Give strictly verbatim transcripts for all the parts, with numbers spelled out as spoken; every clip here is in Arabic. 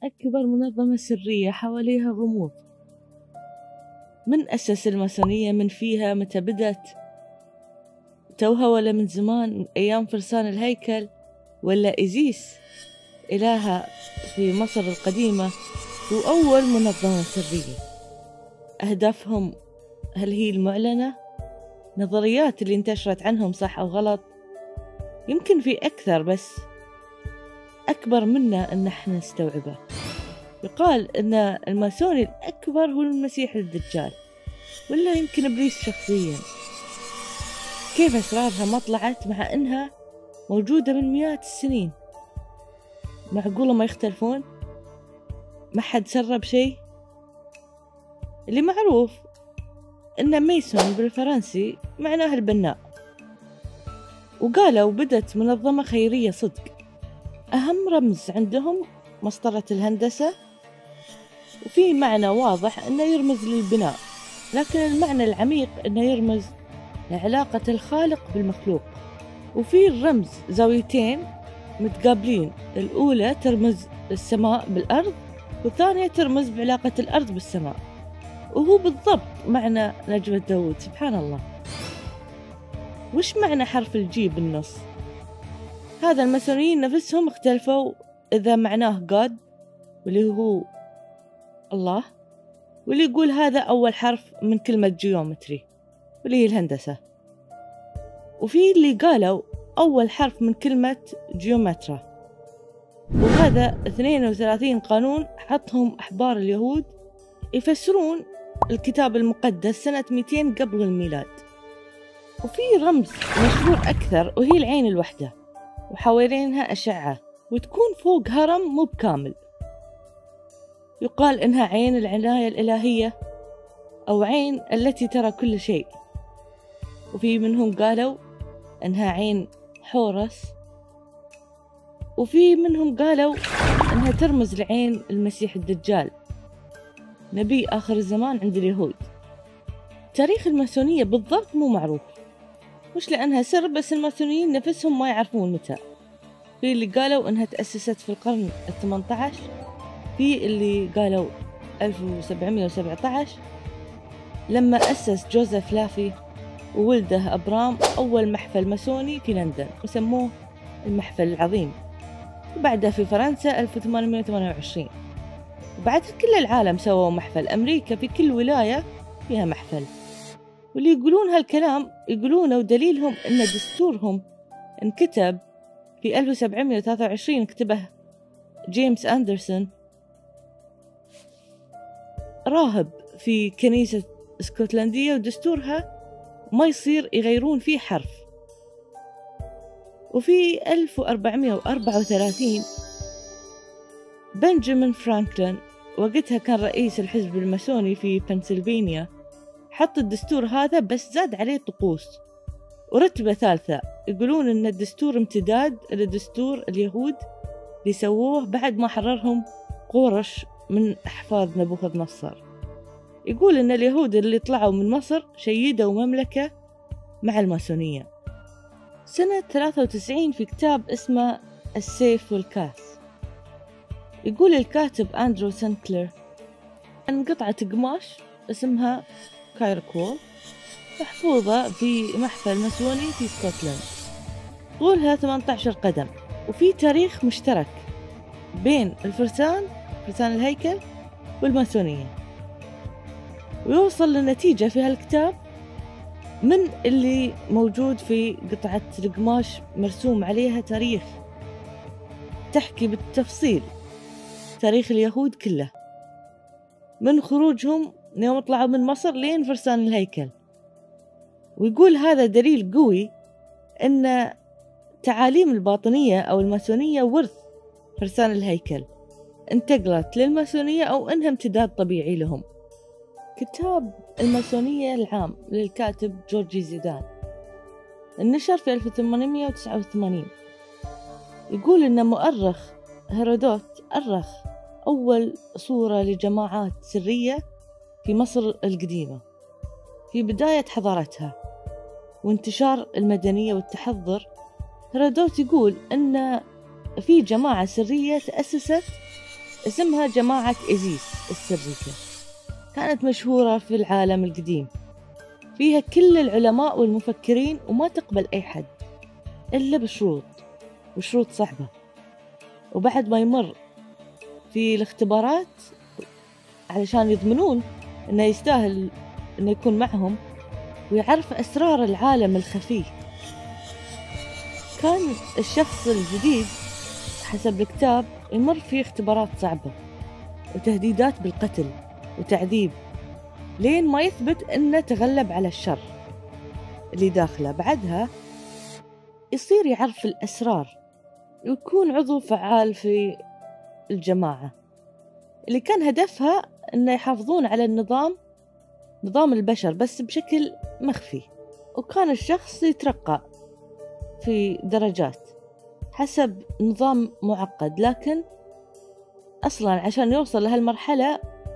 أكبر منظمة سرية حواليها غموض. من أسس الماسونية؟ من فيها؟ متى بدت؟ توها ولا من زمان أيام فرسان الهيكل؟ ولا إيزيس إلهة في مصر القديمة وأول منظمة سرية؟ أهدافهم هل هي المعلنة؟ نظريات اللي انتشرت عنهم صح أو غلط؟ يمكن في أكثر بس أكبر منا أن احنا نستوعبه. يقال أن الماسوني الأكبر هو المسيح الدجال، ولا يمكن إبليس شخصيا. كيف أسرارها ما طلعت مع أنها موجودة من مئات السنين؟ معقولة ما يختلفون؟ ما حد سرب شيء؟ اللي معروف أن ميسون بالفرنسي معناه البناء، وقالوا بدت منظمة خيرية صدق. أهم رمز عندهم مسطرة الهندسة، وفي معنى واضح أنه يرمز للبناء، لكن المعنى العميق أنه يرمز لعلاقة الخالق بالمخلوق. وفي الرمز زاويتين متقابلين، الأولى ترمز السماء بالأرض، والثانية ترمز بعلاقة الأرض بالسماء، وهو بالضبط معنى نجمة داود. سبحان الله. وش معنى حرف الجي بالنص؟ هذا الماسونيين نفسهم اختلفوا إذا معناه God واللي هو الله، واللي يقول هذا أول حرف من كلمة جيومتري واللي هي الهندسة، وفي اللي قالوا أول حرف من كلمة جيومترا. وهذا اثنين وثلاثين قانون حطهم أحبار اليهود يفسرون الكتاب المقدس سنة مئتين قبل الميلاد. وفي رمز مشهور أكثر وهي العين الوحدة، وحوالينها أشعة وتكون فوق هرم مو بكامل، يقال إنها عين العناية الإلهية أو عين التي ترى كل شيء. وفي منهم قالوا إنها عين حورس، وفي منهم قالوا إنها ترمز لعين المسيح الدجال نبي آخر الزمان عند اليهود. تاريخ الماسونية بالضبط مو معروف، مش لأنها سر، بس الماسونيين نفسهم ما يعرفون متى. في اللي قالوا إنها تأسست في القرن الثمانية عشر، في اللي قالوا ألف وسبعمائة وسبعة عشر لما أسس جوزيف لافي وولده أبرام أول محفل ماسوني في لندن وسموه المحفل العظيم. وبعدها في فرنسا ألف وثمانمائة وثمانية وعشرين، وبعد كل العالم سووا محفل. أمريكا في كل ولاية فيها محفل. واللي يقولون هالكلام يقولونه ودليلهم إن دستورهم انكتب في ألف وسبعمائة وثلاثة وعشرين، كتبه جيمس أندرسون راهب في كنيسة اسكتلندية، ودستورها ما يصير يغيرون فيه حرف. وفي ألف وأربعمائة وأربعة وثلاثين بنجامين فرانكلين وقتها كان رئيس الحزب الماسوني في بنسلفانيا، حط الدستور هذا بس زاد عليه طقوس ورتبة ثالثة. يقولون إن الدستور امتداد لدستور اليهود اللي سووه بعد ما حررهم قورش من أحفاد نبوخذ نصر. يقول إن اليهود اللي طلعوا من مصر شيدوا مملكة مع الماسونية. سنة ثلاثة وتسعين في كتاب اسمه السيف والكاس، يقول الكاتب أندرو سنكلر عن قطعة قماش اسمها كايركول محفوظة في محفل ماسوني في اسكتلند، طولها ثمانية عشر قدم، وفي تاريخ مشترك بين الفرسان فرسان الهيكل والماسونية. ويوصل لنتيجة في هالكتاب من اللي موجود في قطعة القماش مرسوم عليها تاريخ تحكي بالتفصيل تاريخ اليهود كله من خروجهم يوم طلعوا من مصر لين فرسان الهيكل. ويقول هذا دليل قوي أن تعاليم الباطنية أو الماسونية ورث فرسان الهيكل، انتقلت للماسونية أو إنها امتداد طبيعي لهم. كتاب الماسونية العام للكاتب جورجي زيدان النشر في ألف وثمانمائة وتسعة وثمانين. يقول إن مؤرخ هيرودوت أرخ أول صورة لجماعات سرية في مصر القديمة في بداية حضارتها وانتشار المدنية والتحضر. هيرودوت يقول أن في جماعة سرية تأسست اسمها جماعة إيزيس السرية. كانت مشهورة في العالم القديم، فيها كل العلماء والمفكرين، وما تقبل أي حد إلا بشروط، وشروط صعبة. وبعد ما يمر في الاختبارات علشان يضمنون إنه يستاهل إنه يكون معهم ويعرف أسرار العالم الخفي. كان الشخص الجديد حسب الكتاب يمر في اختبارات صعبة وتهديدات بالقتل وتعذيب لين ما يثبت إنه تغلب على الشر اللي داخله. بعدها يصير يعرف الأسرار ويكون عضو فعال في الجماعة اللي كان هدفها إنه يحافظون على النظام نظام البشر بس بشكل مخفي. وكان الشخص يترقى في درجات حسب نظام معقد، لكن أصلاً عشان يوصل لهالمرحلة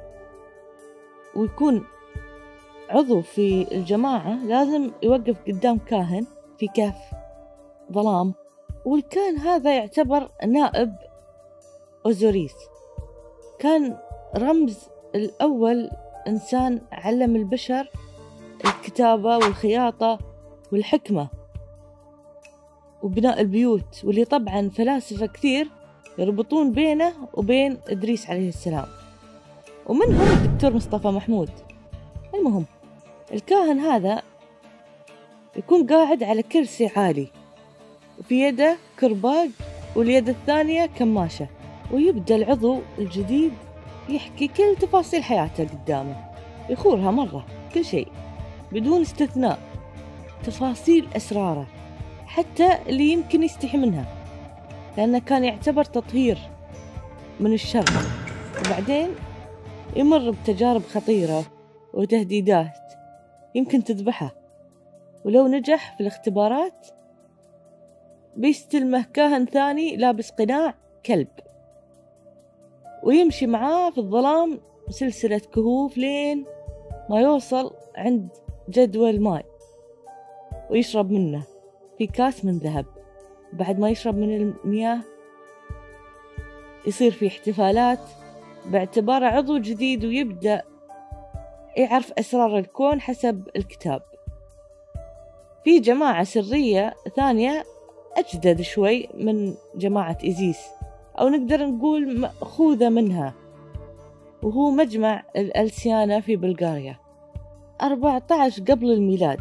ويكون عضو في الجماعة لازم يوقف قدام كاهن في كهف ظلام، والكاهن هذا يعتبر نائب أوزوريس. كان رمز الأول إنسان علم البشر الكتابة والخياطة والحكمة وبناء البيوت، واللي طبعا فلاسفة كثير يربطون بينه وبين إدريس عليه السلام، ومنهم الدكتور مصطفى محمود. المهم الكاهن هذا يكون قاعد على كرسي عالي وفي يده كرباج واليد الثانية كماشة، ويبدأ العضو الجديد يحكي كل تفاصيل حياته قدامه، يخورها مرة كل شيء بدون استثناء، تفاصيل أسراره حتى اللي يمكن يستحي منها، لأنه كان يعتبر تطهير من الشر. وبعدين يمر بتجارب خطيرة وتهديدات يمكن تذبحه، ولو نجح في الاختبارات بيستلمه كاهن ثاني لابس قناع كلب ويمشي معاه في الظلام سلسلة كهوف لين ما يوصل عند جدول ماء ويشرب منه في كاس من ذهب. بعد ما يشرب من المياه يصير في احتفالات باعتباره عضو جديد ويبدأ يعرف أسرار الكون حسب الكتاب. في جماعة سرية ثانية أجدد شوي من جماعة إيزيس، أو نقدر نقول مأخوذة منها، وهو مجمع الألسيانة في بلغاريا أربعة عشر قبل الميلاد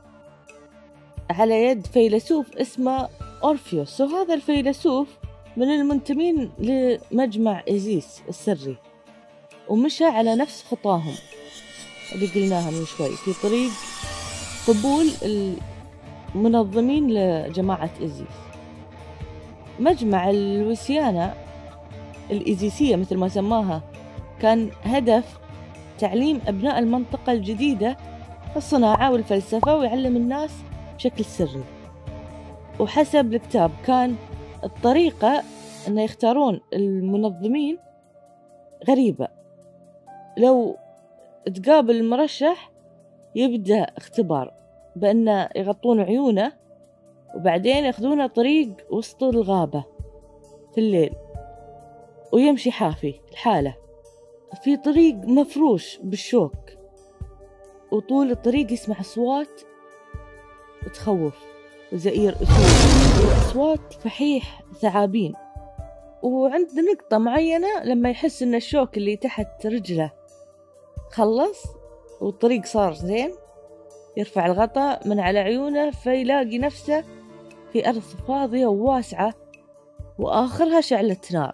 على يد فيلسوف اسمه أورفيوس. وهذا الفيلسوف من المنتمين لمجمع إيزيس السري، ومشى على نفس خطاهم اللي قلناها من شوي في طريق قبول المنظمين لجماعة إيزيس. مجمع الوسيانة الإيزيسية مثل ما سماها كان هدف تعليم أبناء المنطقة الجديدة الصناعة والفلسفة، ويعلم الناس بشكل سري. وحسب الكتاب كان الطريقة أن يختارون المنظمين غريبة، لو تقابل المرشح يبدأ اختبار بأن يغطون عيونه وبعدين ياخذونه طريق وسط الغابة في الليل ويمشي حافي الحالة في طريق مفروش بالشوك، وطول الطريق يسمع أصوات تخوف وزئير أسود وأصوات فحيح ثعابين. وعند نقطة معينة لما يحس إن الشوك اللي تحت رجله خلص والطريق صار زين يرفع الغطاء من على عيونه فيلاقي نفسه في أرض فاضية وواسعة وآخرها شعلة نار.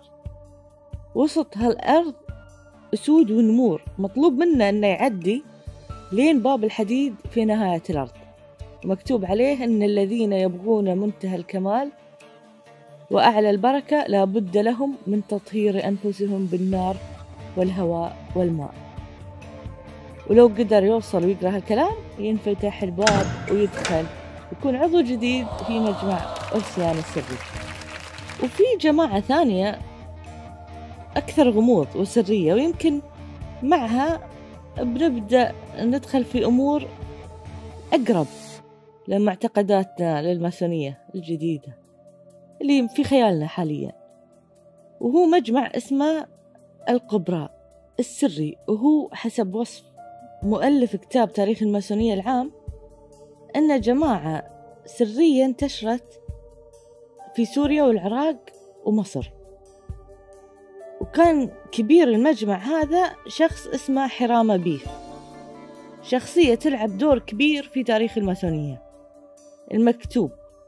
وسط هالأرض أسود ونمور، مطلوب منه أنه يعدي لين باب الحديد في نهاية الأرض ومكتوب عليه أن الذين يبغون منتهى الكمال وأعلى البركة لا بد لهم من تطهير أنفسهم بالنار والهواء والماء. ولو قدر يوصل ويقرأ هالكلام ينفتح الباب ويدخل يكون عضو جديد في مجمع ألسيان السري. وفي جماعة ثانية أكثر غموض وسرية، ويمكن معها بنبدأ ندخل في أمور أقرب لمعتقداتنا للماسونية الجديدة اللي في خيالنا حاليا، وهو مجمع اسمه القبراء السري، وهو حسب وصف مؤلف كتاب تاريخ الماسونية العام أن جماعة سرية انتشرت في سوريا والعراق ومصر، وكان كبير المجمع هذا شخص اسمه حرام بيف، شخصية تلعب دور كبير في تاريخ الماسونية المكتوب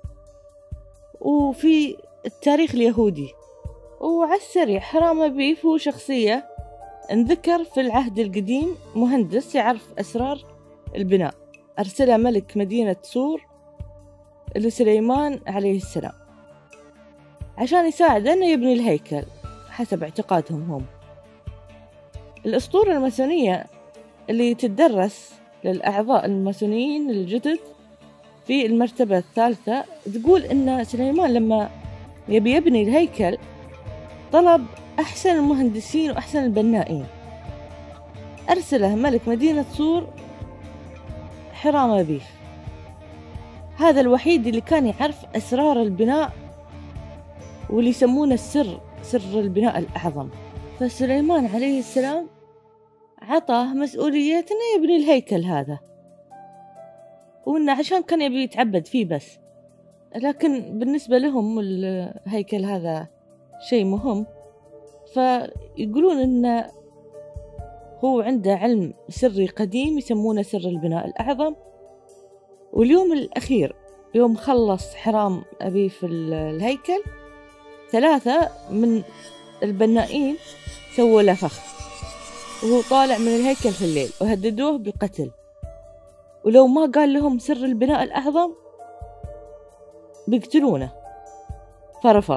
وفي التاريخ اليهودي. وعلى السريع، حرام بيف هو شخصية انذكر في العهد القديم، مهندس يعرف أسرار البناء، أرسله ملك مدينة سور لسليمان عليه السلام عشان يساعده أنه يبني الهيكل حسب اعتقادهم هم. الأسطورة الماسونية اللي تدرس للأعضاء الماسونيين الجدد في المرتبة الثالثة تقول إن سليمان لما يبي يبني الهيكل طلب أحسن المهندسين وأحسن البنائين، أرسله ملك مدينة سور حرام بيف، هذا الوحيد اللي كان يعرف أسرار البناء واللي يسمونه السر، سر البناء الأعظم. فسليمان عليه السلام عطاه مسؤولية إنه يبني الهيكل هذا، وإنه عشان كان يبي يتعبد فيه بس، لكن بالنسبة لهم الهيكل هذا شيء مهم، فيقولون إنه هو عنده علم سري قديم يسمونه سر البناء الأعظم. واليوم الأخير يوم خلص حرام أبي في الهيكل، ثلاثة من البنائين سووا له فخ وهو طالع من الهيكل في الليل، وهددوه بالقتل، ولو ما قال لهم سر البناء الأعظم بيقتلونه، فرفض.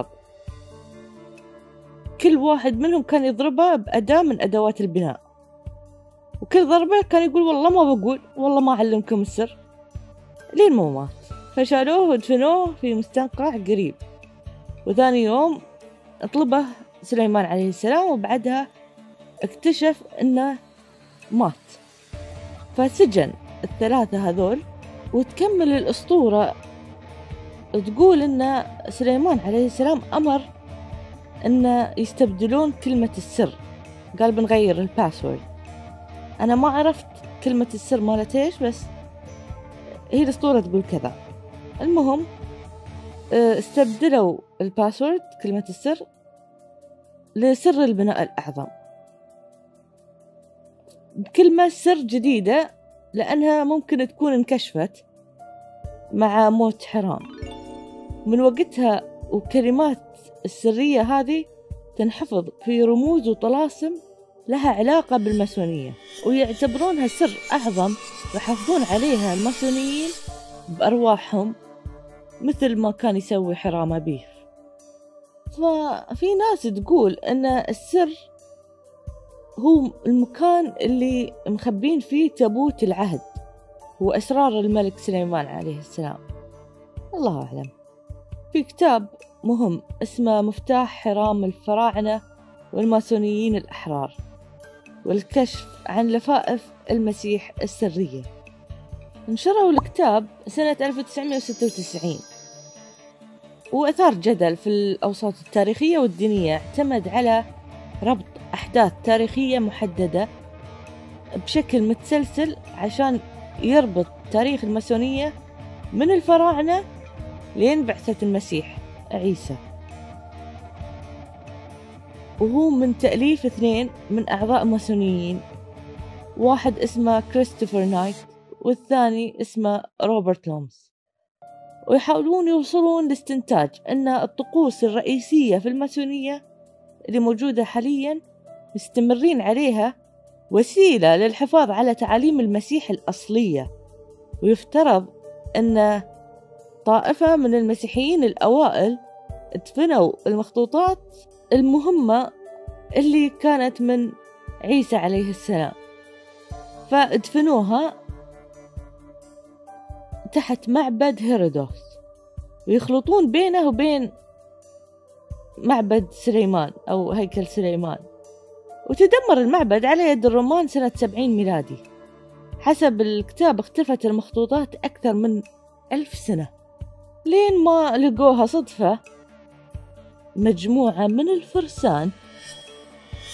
كل واحد منهم كان يضربه بأداة من أدوات البناء، وكل ضربة كان يقول والله ما بقول، والله ما أعلمكم السر، لين ما مات. فشالوه ودفنوه في مستنقع قريب، وثاني يوم طلبه سليمان عليه السلام، وبعدها اكتشف انه مات، فسجن الثلاثة هذول. وتكمل الأسطورة تقول ان سليمان عليه السلام أمر ان يستبدلون كلمة السر، قال بنغير الباسورد. أنا ما عرفت كلمة السر مالت إيش، بس هي الأسطورة تقول كذا. المهم استبدلوا الباسورد كلمة السر لسر البناء الأعظم بكلمة سر جديدة، لأنها ممكن تكون انكشفت مع موت حرام. من وقتها وكلمات السرية هذه تنحفظ في رموز وطلاسم لها علاقة بالماسونية، ويعتبرونها سر أعظم ويحافظون عليها الماسونيين بأرواحهم، مثل ما كان يسوي حرام بيف. ففي ناس تقول أن السر هو المكان اللي مخبين فيه تابوت العهد وأسرار الملك سليمان عليه السلام، الله أعلم. في كتاب مهم اسمه مفتاح حرام الفراعنة والماسونيين الأحرار والكشف عن لفائف المسيح السرية، نشروا الكتاب سنة ألف وتسعمائة وستة وتسعين، وأثار جدل في الأوساط التاريخية والدينية. اعتمد على ربط أحداث تاريخية محددة بشكل متسلسل عشان يربط تاريخ الماسونية من الفراعنة لين بعثة المسيح عيسى، وهو من تأليف اثنين من أعضاء ماسونيين، واحد اسمه كريستوفر نايت والثاني اسمه روبرت لومس. ويحاولون يوصلون لاستنتاج أن الطقوس الرئيسية في الماسونية اللي موجودة حاليا مستمرين عليها وسيلة للحفاظ على تعاليم المسيح الأصلية. ويفترض أن طائفة من المسيحيين الأوائل دفنوا المخطوطات المهمة اللي كانت من عيسى عليه السلام، فادفنوها تحت معبد هيرودوس، ويخلطون بينه وبين معبد سليمان أو هيكل سليمان. وتدمر المعبد على يد الرومان سنة سبعين ميلادي. حسب الكتاب اختفت المخطوطات أكثر من ألف سنة، لين ما لقوها صدفة مجموعة من الفرسان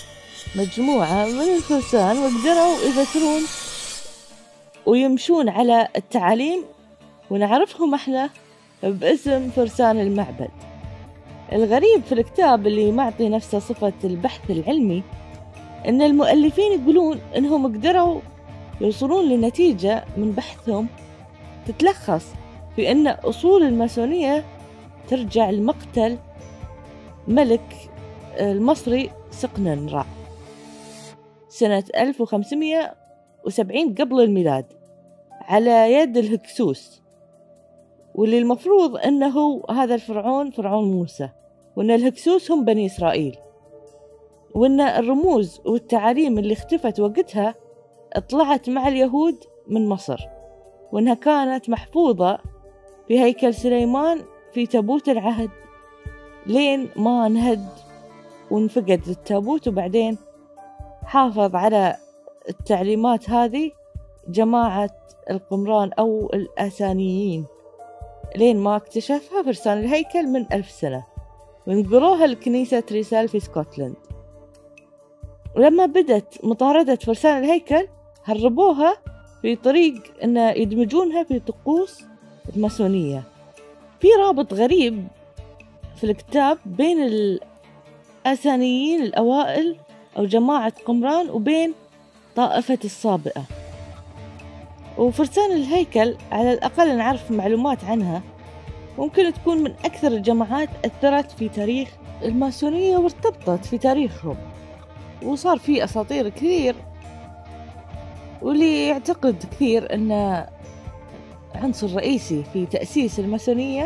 مجموعة من الفرسان وقدروا يذكرون ويمشون على التعاليم، ونعرفهم احنا باسم فرسان المعبد. الغريب في الكتاب اللي معطي نفسه صفة البحث العلمي ان المؤلفين يقولون انهم قدروا يوصلون لنتيجة من بحثهم تتلخص في ان اصول الماسونية ترجع لمقتل ملك المصري سقننرع سنة ألف وخمسمائة وسبعين قبل الميلاد على يد الهكسوس، واللي المفروض أنه هذا الفرعون فرعون موسى، وأن الهكسوس هم بني إسرائيل، وأن الرموز والتعاليم اللي اختفت وقتها طلعت مع اليهود من مصر، وأنها كانت محفوظة في هيكل سليمان في تابوت العهد لين ما انهد وانفقد التابوت. وبعدين حافظ على التعليمات هذه جماعة القمران أو الآسانيين لين ما اكتشفها فرسان الهيكل من ألف سنة، ونقلوها لكنيسة تريسال في اسكتلند. ولما بدت مطاردة فرسان الهيكل هربوها في طريق أن يدمجونها في طقوس الماسونية. في رابط غريب في الكتاب بين الآسانيين الأوائل أو جماعة قمران وبين طائفة الصابئة. وفرسان الهيكل على الأقل نعرف معلومات عنها، ممكن تكون من أكثر الجماعات أثرت في تاريخ الماسونية وارتبطت في تاريخهم، وصار في أساطير كثير، واللي يعتقد كثير أن عنصر رئيسي في تأسيس الماسونية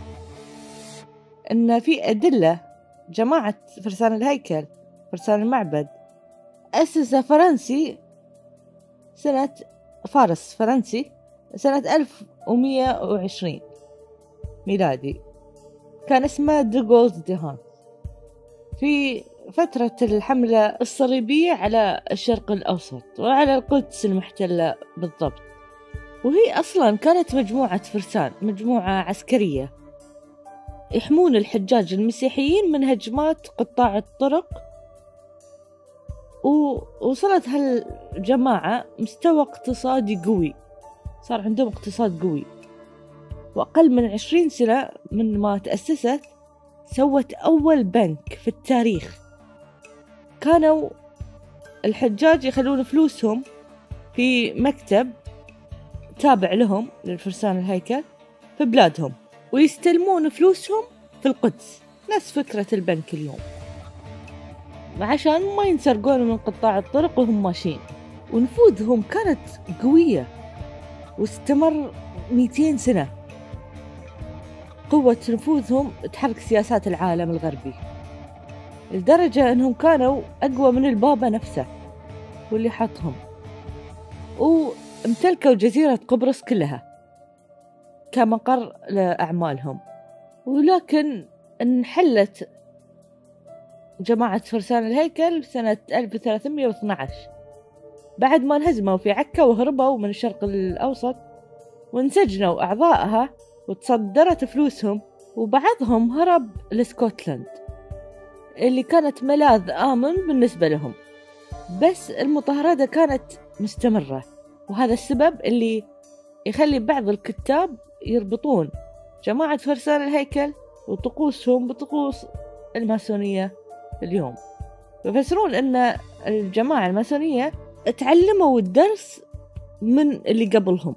أن في أدلة جماعة فرسان الهيكل فرسان المعبد أسس فرنسي سنة فارس فرنسي سنة ألف ومئة وعشرين ميلادي، كان اسمه دوغولز دهان في فترة الحملة الصليبية على الشرق الأوسط وعلى القدس المحتلة بالضبط. وهي أصلا كانت مجموعة فرسان، مجموعة عسكرية يحمون الحجاج المسيحيين من هجمات قطاع الطرق. ووصلت هالجماعة مستوى اقتصادي قوي، صار عندهم اقتصاد قوي، وأقل من عشرين سنة من ما تأسست سوت أول بنك في التاريخ. كانوا الحجاج يخلون فلوسهم في مكتب تابع لهم للفرسان الهيكل في بلادهم، ويستلمون فلوسهم في القدس، نفس فكرة البنك اليوم، عشان ما ينسرقون من قطاع الطرق وهم ماشيين. ونفوذهم كانت قوية واستمر مئتين سنة. قوة نفوذهم تحرك سياسات العالم الغربي لدرجة أنهم كانوا أقوى من البابا نفسه واللي حطهم، وامتلكوا جزيرة قبرص كلها كمقر لأعمالهم. ولكن انحلت جماعة فرسان الهيكل سنة ألف وثلاثمئة واثني عشر بعد ما انهزموا في عكا وهربوا من الشرق الأوسط، وانسجنوا أعضائها وتصدرت فلوسهم، وبعضهم هرب لسكوتلند اللي كانت ملاذ آمن بالنسبة لهم. بس المطاردة كانت مستمرة، وهذا السبب اللي يخلي بعض الكتاب يربطون جماعة فرسان الهيكل وطقوسهم بطقوس الماسونية اليوم، يفسرون أن الجماعة الماسونية تعلموا الدرس من اللي قبلهم،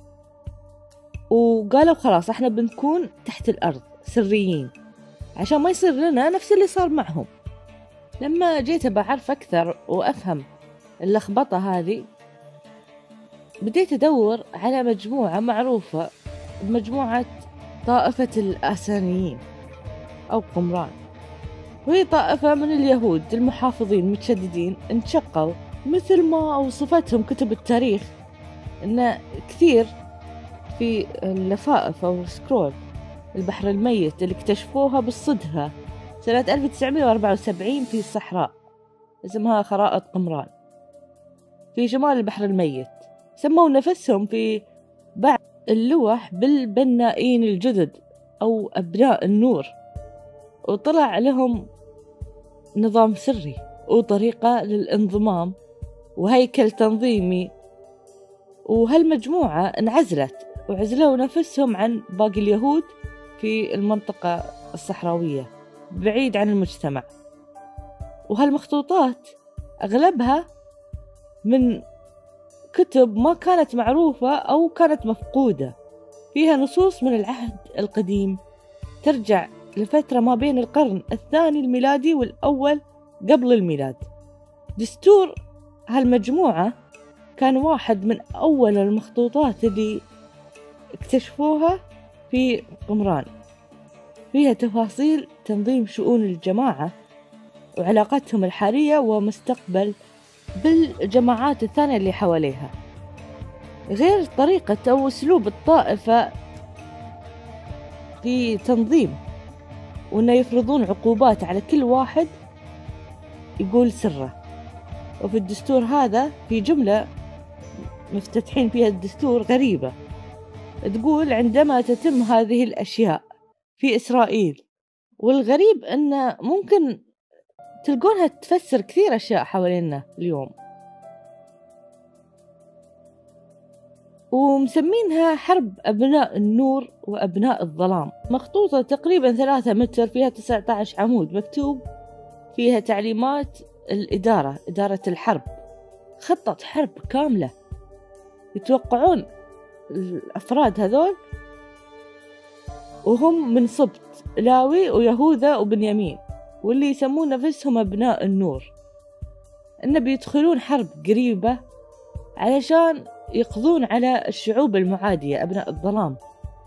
وقالوا خلاص احنا بنكون تحت الأرض سريين عشان ما يصير لنا نفس اللي صار معهم. لما جيت بعرف أكثر وأفهم اللخبطة هذه، بديت أدور على مجموعة معروفة بمجموعة طائفة الآسانيين أو قمران، وهي طائفة من اليهود المحافظين المتشددين انشقوا مثل ما وصفتهم كتب التاريخ، إن كثير في اللفائف أو سكرول البحر الميت اللي اكتشفوها بالصدفة سنة ألف وتسعمئة وأربعة وسبعين في الصحراء، اسمها خرائط قمران في شمال البحر الميت. سموا نفسهم في بعض اللوح بالبنائين الجدد أو أبناء النور، وطلع لهم نظام سري وطريقة للانضمام وهيكل تنظيمي. وهالمجموعة انعزلت وعزلوا نفسهم عن باقي اليهود في المنطقة الصحراوية بعيد عن المجتمع. وهالمخطوطات أغلبها من كتب ما كانت معروفة أو كانت مفقودة، فيها نصوص من العهد القديم ترجع لفترة ما بين القرن الثاني الميلادي والأول قبل الميلاد. دستور هالمجموعة كان واحد من أول المخطوطات اللي اكتشفوها في قمران، فيها تفاصيل تنظيم شؤون الجماعة وعلاقتهم الحالية ومستقبل بالجماعات الثانية اللي حواليها، غير طريقة أو أسلوب الطائفة في تنظيم، وأنه يفرضون عقوبات على كل واحد يقول سره. وفي الدستور هذا في جملة مفتتحين فيها الدستور غريبة تقول: عندما تتم هذه الأشياء في إسرائيل. والغريب أن ممكن تلقونها تفسر كثير أشياء حوالينا اليوم، ومسمينها حرب أبناء النور وأبناء الظلام. مخطوطة تقريبا ثلاثة متر، فيها تسعة عشر عمود، مكتوب فيها تعليمات الإدارة، إدارة الحرب، خطة حرب كاملة. يتوقعون الأفراد هذول وهم من سبط لاوي ويهوذا وبنيامين، واللي يسمون نفسهم أبناء النور، إنه بيدخلون حرب قريبة علشان يقضون على الشعوب المعادية أبناء الظلام.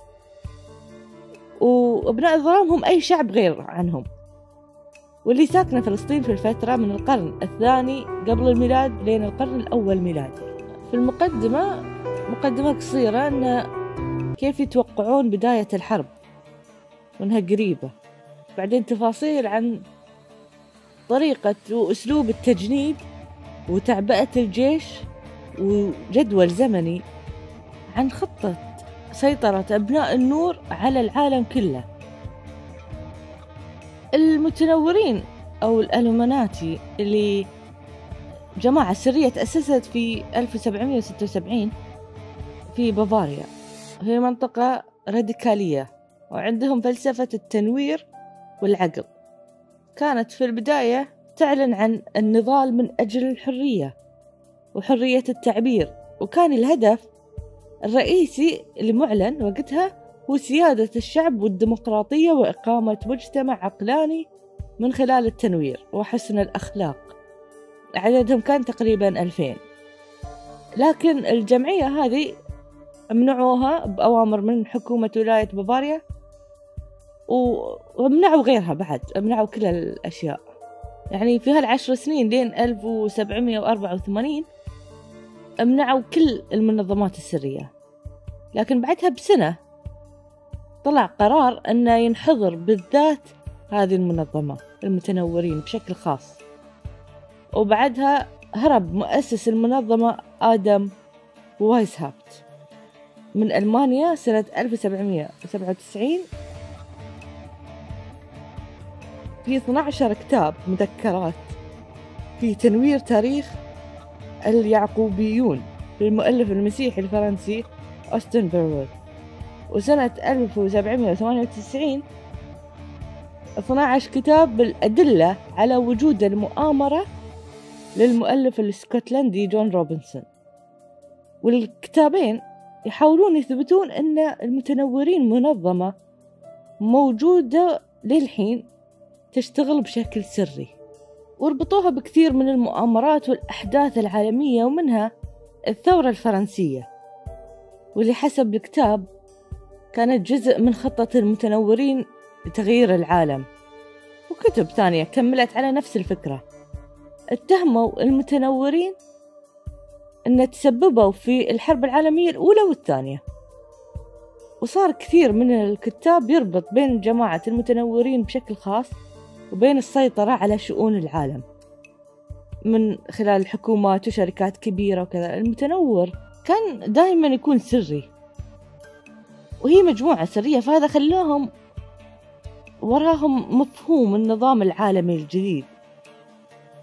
وأبناء الظلام هم أي شعب غير عنهم، واللي ساكنة فلسطين في الفترة من القرن الثاني قبل الميلاد لين القرن الأول ميلادي. في المقدمة مقدمة قصيرة أن كيف يتوقعون بداية الحرب وأنها قريبة، بعدين تفاصيل عن طريقة وأسلوب التجنيد وتعبئة الجيش وجدول زمني عن خطة سيطرة أبناء النور على العالم كله. المتنورين أو الألومناتي اللي جماعة سرية تأسست في ألف وسبعمائة وستة وسبعين في بافاريا، هي منطقة راديكالية وعندهم فلسفة التنوير والعقل. كانت في البداية تعلن عن النضال من أجل الحرية وحرية التعبير، وكان الهدف الرئيسي المعلن وقتها هو سيادة الشعب والديمقراطية وإقامة مجتمع عقلاني من خلال التنوير وحسن الأخلاق. عددهم كان تقريبا ألفين، لكن الجمعية هذه منعوها بأوامر من حكومة ولاية بافاريا، ومنعوا غيرها بعد، منعوا كل الأشياء. يعني في هالعشر سنين لين ألف وسبعمائة وأربعة وثمانين منعوا كل المنظمات السرية. لكن بعدها بسنة طلع قرار أنه ينحظر بالذات هذه المنظمة المتنورين بشكل خاص، وبعدها هرب مؤسس المنظمة آدم وايزهاوت من ألمانيا سنة ألف وسبعمائة وسبعة وتسعين في اثنا عشر كتاب مذكرات في تنوير تاريخ اليعقوبيون للمؤلف المسيحي الفرنسي أوستن بيرود. وسنة ألف وسبعمائة وثمانية وتسعين اثنا عشر كتاب بالأدلة على وجود المؤامرة للمؤلف الاسكتلندي جون روبنسون. والكتابين يحاولون يثبتون أن المتنورين منظمة موجودة للحين تشتغل بشكل سري، وربطوها بكثير من المؤامرات والأحداث العالمية، ومنها الثورة الفرنسية، واللي حسب الكتاب كانت جزء من خطة المتنورين لتغيير العالم. وكتب ثانية كملت على نفس الفكرة. اتهموا المتنورين أن تسببوا في الحرب العالمية الأولى والثانية، وصار كثير من الكتاب يربط بين جماعة المتنورين بشكل خاص وبين السيطرة على شؤون العالم من خلال الحكومات وشركات كبيرة وكذا. المتنور كان دائما يكون سري، وهي مجموعة سرية، فهذا خلاهم وراهم مفهوم النظام العالمي الجديد.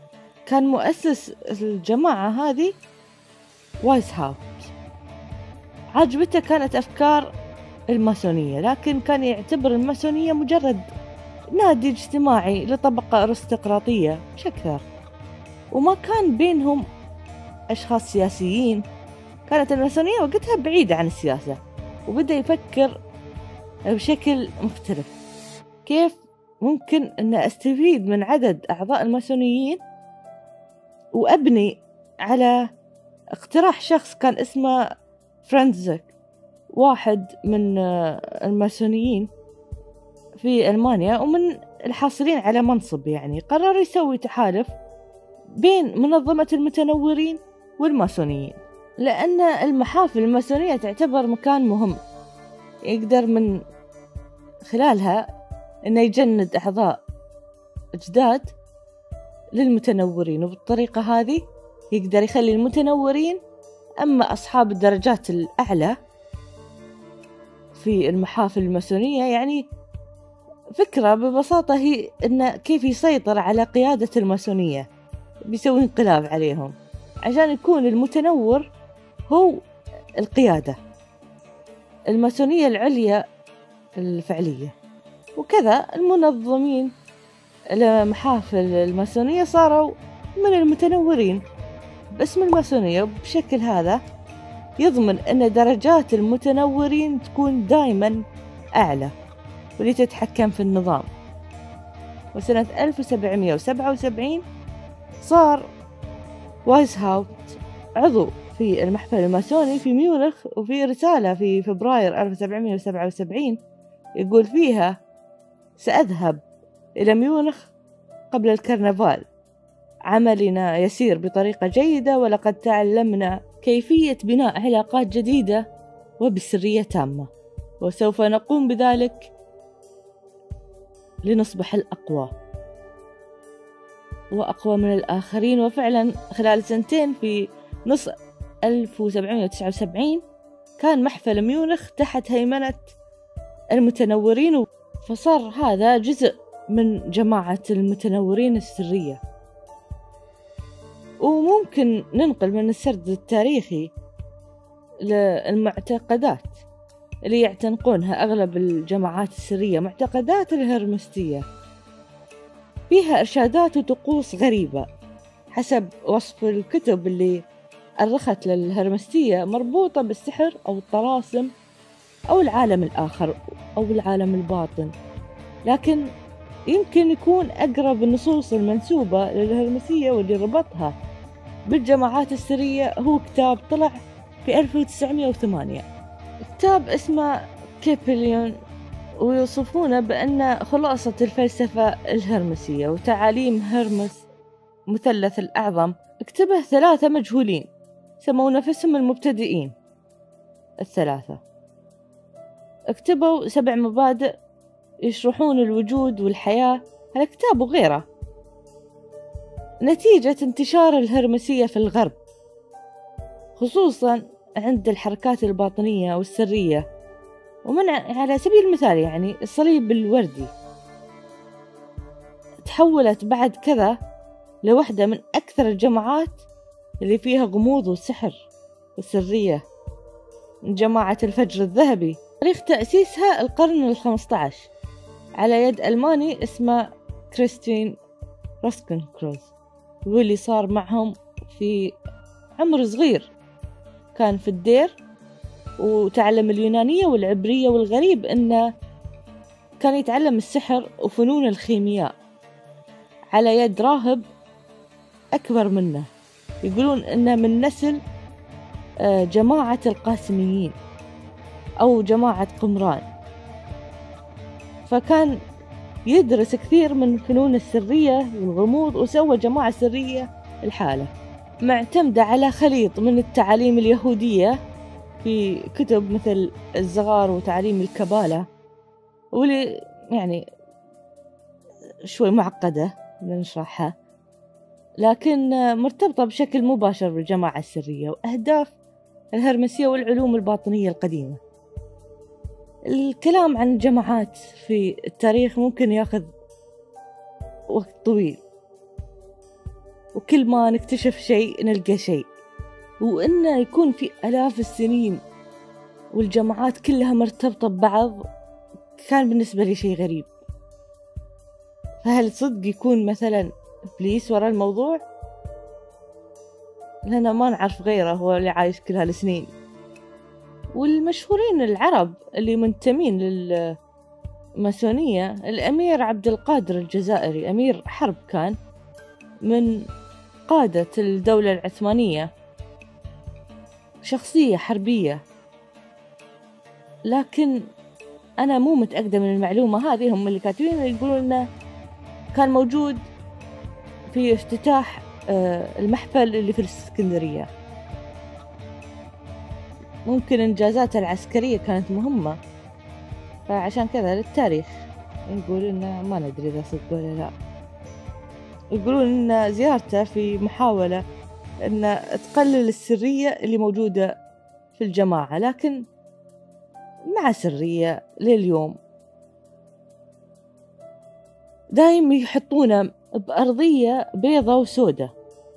كان مؤسس الجماعة هذه وايز هاوس، عجبته كانت أفكار الماسونية، لكن كان يعتبر الماسونية مجرد نادي اجتماعي لطبقة أرستقراطية مش أكثر، وما كان بينهم أشخاص سياسيين. كانت الماسونية وقتها بعيدة عن السياسة، وبدأ يفكر بشكل مختلف، كيف ممكن أن أستفيد من عدد أعضاء الماسونيين وأبني على اقتراح شخص كان اسمه فرانزك، واحد من الماسونيين في ألمانيا ومن الحاصلين على منصب. يعني قرر يسوي تحالف بين منظمة المتنورين والماسونيين، لأن المحافل الماسونية تعتبر مكان مهم يقدر من خلالها أنه يجند أعضاء جداد للمتنورين، وبالطريقة هذه يقدر يخلي المتنورين أما أصحاب الدرجات الأعلى في المحافل الماسونية. يعني فكرة ببساطة هي أن كيف يسيطر على قيادة الماسونية، بيسوي انقلاب عليهم عشان يكون المتنور هو القيادة، الماسونية العليا الفعلية. وكذا المنظمين المحافل الماسونية صاروا من المتنورين باسم الماسونية، وبشكل هذا يضمن أن درجات المتنورين تكون دائما أعلى واللي تتحكم في النظام. وسنة ألف وسبعمائة وسبعة وسبعين صار وايز هاوس عضو في المحفل الماسوني في ميونخ، وفي رسالة في فبراير ألف وسبعمائة وسبعة وسبعين يقول فيها: سأذهب إلى ميونخ قبل الكرنفال، عملنا يسير بطريقة جيدة، ولقد تعلمنا كيفية بناء علاقات جديدة وبسرية تامة، وسوف نقوم بذلك لنصبح الأقوى وأقوى من الآخرين. وفعلا خلال سنتين في نص ألف وسبعمائة وتسعة وسبعين كان محفل ميونخ تحت هيمنة المتنورين، فصار هذا جزء من جماعة المتنورين السرية. وممكن ننقل من السرد التاريخي للمعتقدات اللي يعتنقونها أغلب الجماعات السرية، معتقدات الهرمستية، فيها إرشادات وطقوس غريبة حسب وصف الكتب اللي أرخت للهرمستية، مربوطة بالسحر أو الطلاسم أو العالم الآخر أو العالم الباطن. لكن يمكن يكون أقرب النصوص المنسوبة للهرمسية واللي ربطها بالجماعات السرية هو كتاب طلع في ألف وتسعمائة وثمانية، كتاب اسمه كيبليون، ويوصفونه بأن خلاصة الفلسفة الهرمسية وتعاليم هرمس مثلث الأعظم. اكتبه ثلاثة مجهولين سموا نفسهم المبتدئين الثلاثة، اكتبوا سبع مبادئ يشرحون الوجود والحياة على كتاب وغيره. نتيجة انتشار الهرمسية في الغرب، خصوصا عند الحركات الباطنية والسرية، ومن على سبيل المثال يعني الصليب الوردي، تحولت بعد كذا لوحدة من أكثر الجماعات اللي فيها غموض وسحر والسرية، من جماعة الفجر الذهبي. تاريخ تأسيسها القرن الخمسة عشر على يد ألماني اسمه كريستين روسكنكروز، واللي صار معهم في عمر صغير، كان في الدير وتعلم اليونانية والعبرية، والغريب إنه كان يتعلم السحر وفنون الخيمياء على يد راهب أكبر منه. يقولون إنه من نسل جماعة القاسميين أو جماعة قمران، فكان يدرس كثير من فنون السرية والغموض، وسوى جماعة سرية الحالة معتمدة على خليط من التعاليم اليهودية في كتب مثل الزغار وتعاليم الكبالة، واللي يعني شوي معقدة نشرحها، لكن مرتبطة بشكل مباشر بالجماعة السرية وأهداف الهرمسية والعلوم الباطنية القديمة. الكلام عن الجماعات في التاريخ ممكن ياخذ وقت طويل، وكل ما نكتشف شيء نلقى شيء، وإنه يكون في آلاف السنين والجماعات كلها مرتبطة ببعض كان بالنسبة لي شيء غريب. فهل صدق يكون مثلا إبليس وراء الموضوع؟ لأننا ما نعرف غيره، هو اللي عايش كل هالسنين. والمشهورين العرب اللي منتمين للماسونية، الأمير عبد القادر الجزائري، أمير حرب كان من قادة الدولة العثمانية، شخصية حربية. لكن أنا مو متأكدة من المعلومة هذه، هم اللي كاتبين يقولون إنه كان موجود في افتتاح المحفل اللي في الإسكندرية. ممكن إنجازاته العسكرية كانت مهمة، فعشان كذا للتاريخ يقول إنه ما ندري إذا صدق ولا لا. يقولون إن زيارته في محاولة إن تقلل السرية اللي موجودة في الجماعة، لكن مع سرية لليوم. دايم يحطونه بأرضية بيضة وسودة،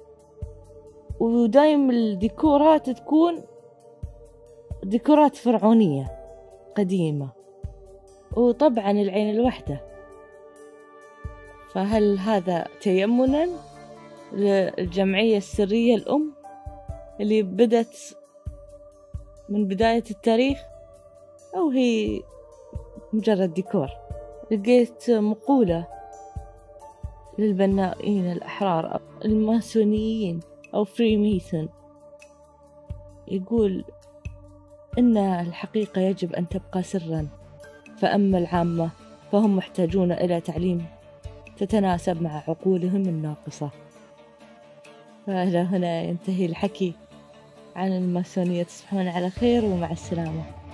ودايم الديكورات تكون ديكورات فرعونية قديمة، وطبعا العين الوحدة. فهل هذا تيمنا للجمعية السرية الأم اللي بدت من بداية التاريخ، أو هي مجرد ديكور؟ لقيت مقولة للبنائين الأحرار الماسونيين أو فريميسون، يقول إن الحقيقة يجب أن تبقى سرا، فأما العامة فهم محتاجون إلى تعليم تتناسب مع عقولهم الناقصة. فإلى هنا ينتهي الحكي عن الماسونية. تصبحون على خير ومع السلامة.